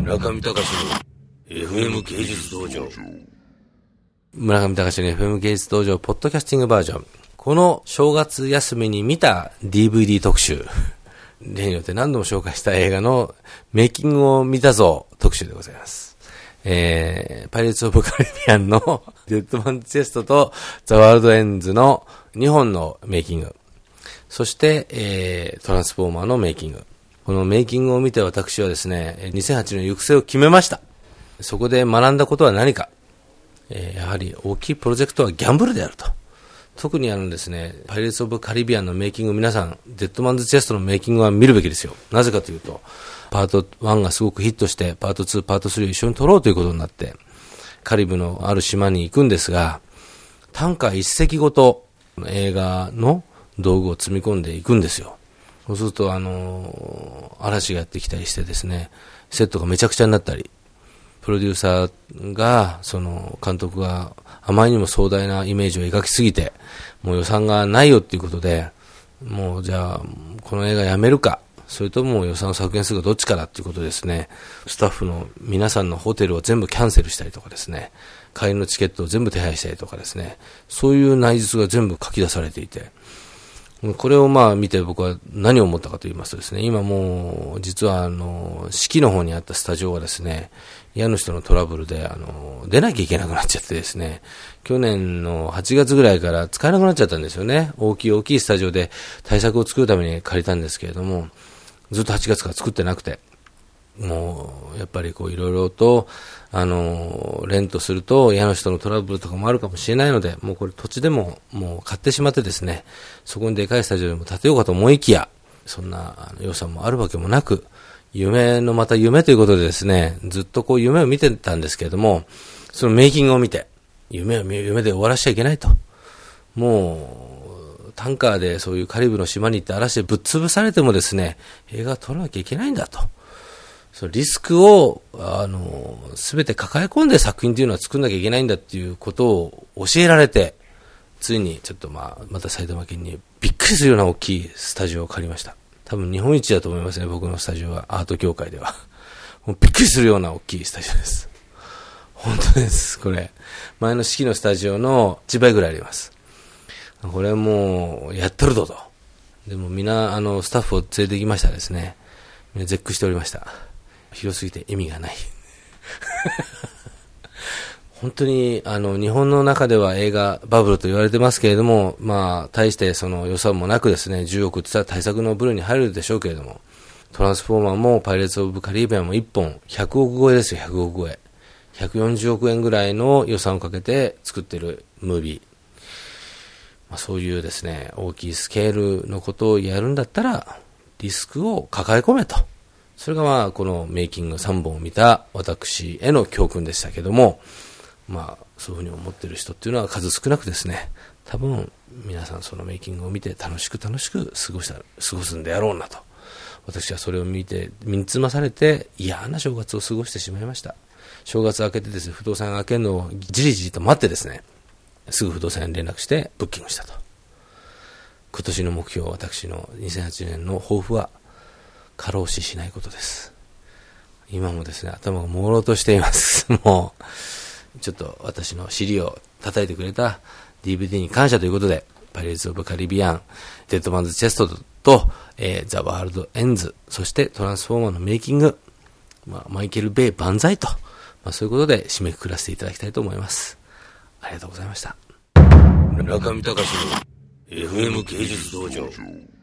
村上隆の FM 芸術道場。村上隆の FM 芸術道場ポッドキャスティングバージョン。この正月休みに見た DVD 特集。例によって何度も紹介した映画のメイキングを見たぞ特集でございます。パイレーツ・オブ・カリビアンのデッドマンズ・チェストとザ・ワールド・エンズの2本のメイキング。そして、トランスフォーマーのメイキング。このメイキングを見て私はですね、2008年行く末を決めました。そこで学んだことは何か。やはり大きいプロジェクトはギャンブルであると。特にですね、パイレーツ・オブ・カリビアンのメイキング、皆さん、デッドマンズ・チェストのメイキングは見るべきですよ。なぜかというと、パート1がすごくヒットして、パート2、パート3を一緒に撮ろうということになって、カリブのある島に行くんですが、単価一隻ごと映画の道具を積み込んでいくんですよ。そうすると、嵐がやってきたりしてですね、セットがめちゃくちゃになったり、プロデューサーが、監督があまりにも壮大なイメージを描きすぎて、もう予算がないよっていうことで、もうじゃあ、この映画やめるか、それとも予算を削減するかどっちかだっていうことですね、スタッフの皆さんのホテルを全部キャンセルしたりとかですね、帰りのチケットを全部手配したりとかですね、そういう内実が全部書き出されていて、これを見て僕は何を思ったかと言いますとですね、今もう実は四季の方にあったスタジオがですね、家主のトラブルで出なきゃいけなくなっちゃってですね、去年の8月ぐらいから使えなくなっちゃったんですよね。大きいスタジオで対策を作るために借りたんですけれども、ずっと8月から作ってなくて、もうやっぱりいろいろとレントすると家主とのトラブルとかもあるかもしれないので、もうこれ土地でももう買ってしまってですね、そこにでかいスタジオでも建てようかと思いきや、そんな予算もあるわけもなく、夢のまた夢ということでですね、ずっと夢を見てたんですけれども、そのメイキングを見て、夢で終わらしちゃいけないと。もうタンカーでそういうカリブの島に行って嵐でぶっ潰されてもですね、映画を撮らなきゃいけないんだと。そのリスクをすべて抱え込んで作品というのは作んなきゃいけないんだっていうことを教えられて、ついにちょっとまた埼玉県にびっくりするような大きいスタジオを借りました。多分日本一だと思いますね、僕のスタジオは、アート協会では。もうびっくりするような大きいスタジオです。本当です。これ前の四季のスタジオの1倍ぐらいあります。これもうやってるぞと。でもみんなスタッフを連れて行きましたらですね、みんな絶句しておりました。広すぎて意味がない。本当に日本の中では映画バブルと言われてますけれども、大してその予算もなくですね、10億って言ったら対策の部類に入るでしょうけれども、トランスフォーマーもパイレーツ・オブ・カリビアンも1本100億超えですよ。100億超え、140億円ぐらいの予算をかけて作ってるムービー、そういうですね、大きいスケールのことをやるんだったらリスクを抱え込めと。それがこのメイキング3本を見た私への教訓でしたけども、そういうふうに思っている人っていうのは数少なくですね、多分皆さんそのメイキングを見て楽しく過ごすんであろうなと。私はそれを見て身につまされて嫌な正月を過ごしてしまいました。正月明けてですね、不動産が明けるのをじりじりと待ってですね、すぐ不動産屋に連絡してブッキングしたと。今年の目標、私の2008年の抱負は過労死しないことです。今もですね、頭が朦朧としています。もうちょっと私の尻を叩いてくれた DVD に感謝ということで、パイレーツ・オブ・カリビアン、デッドマンズ・チェストと、ザ・ワールド・エンズ、そしてトランスフォーマーのメイキング、マイケル・ベイ万歳と、そういうことで締めくくらせていただきたいと思います。ありがとうございました。 村上隆の FM 芸術道場。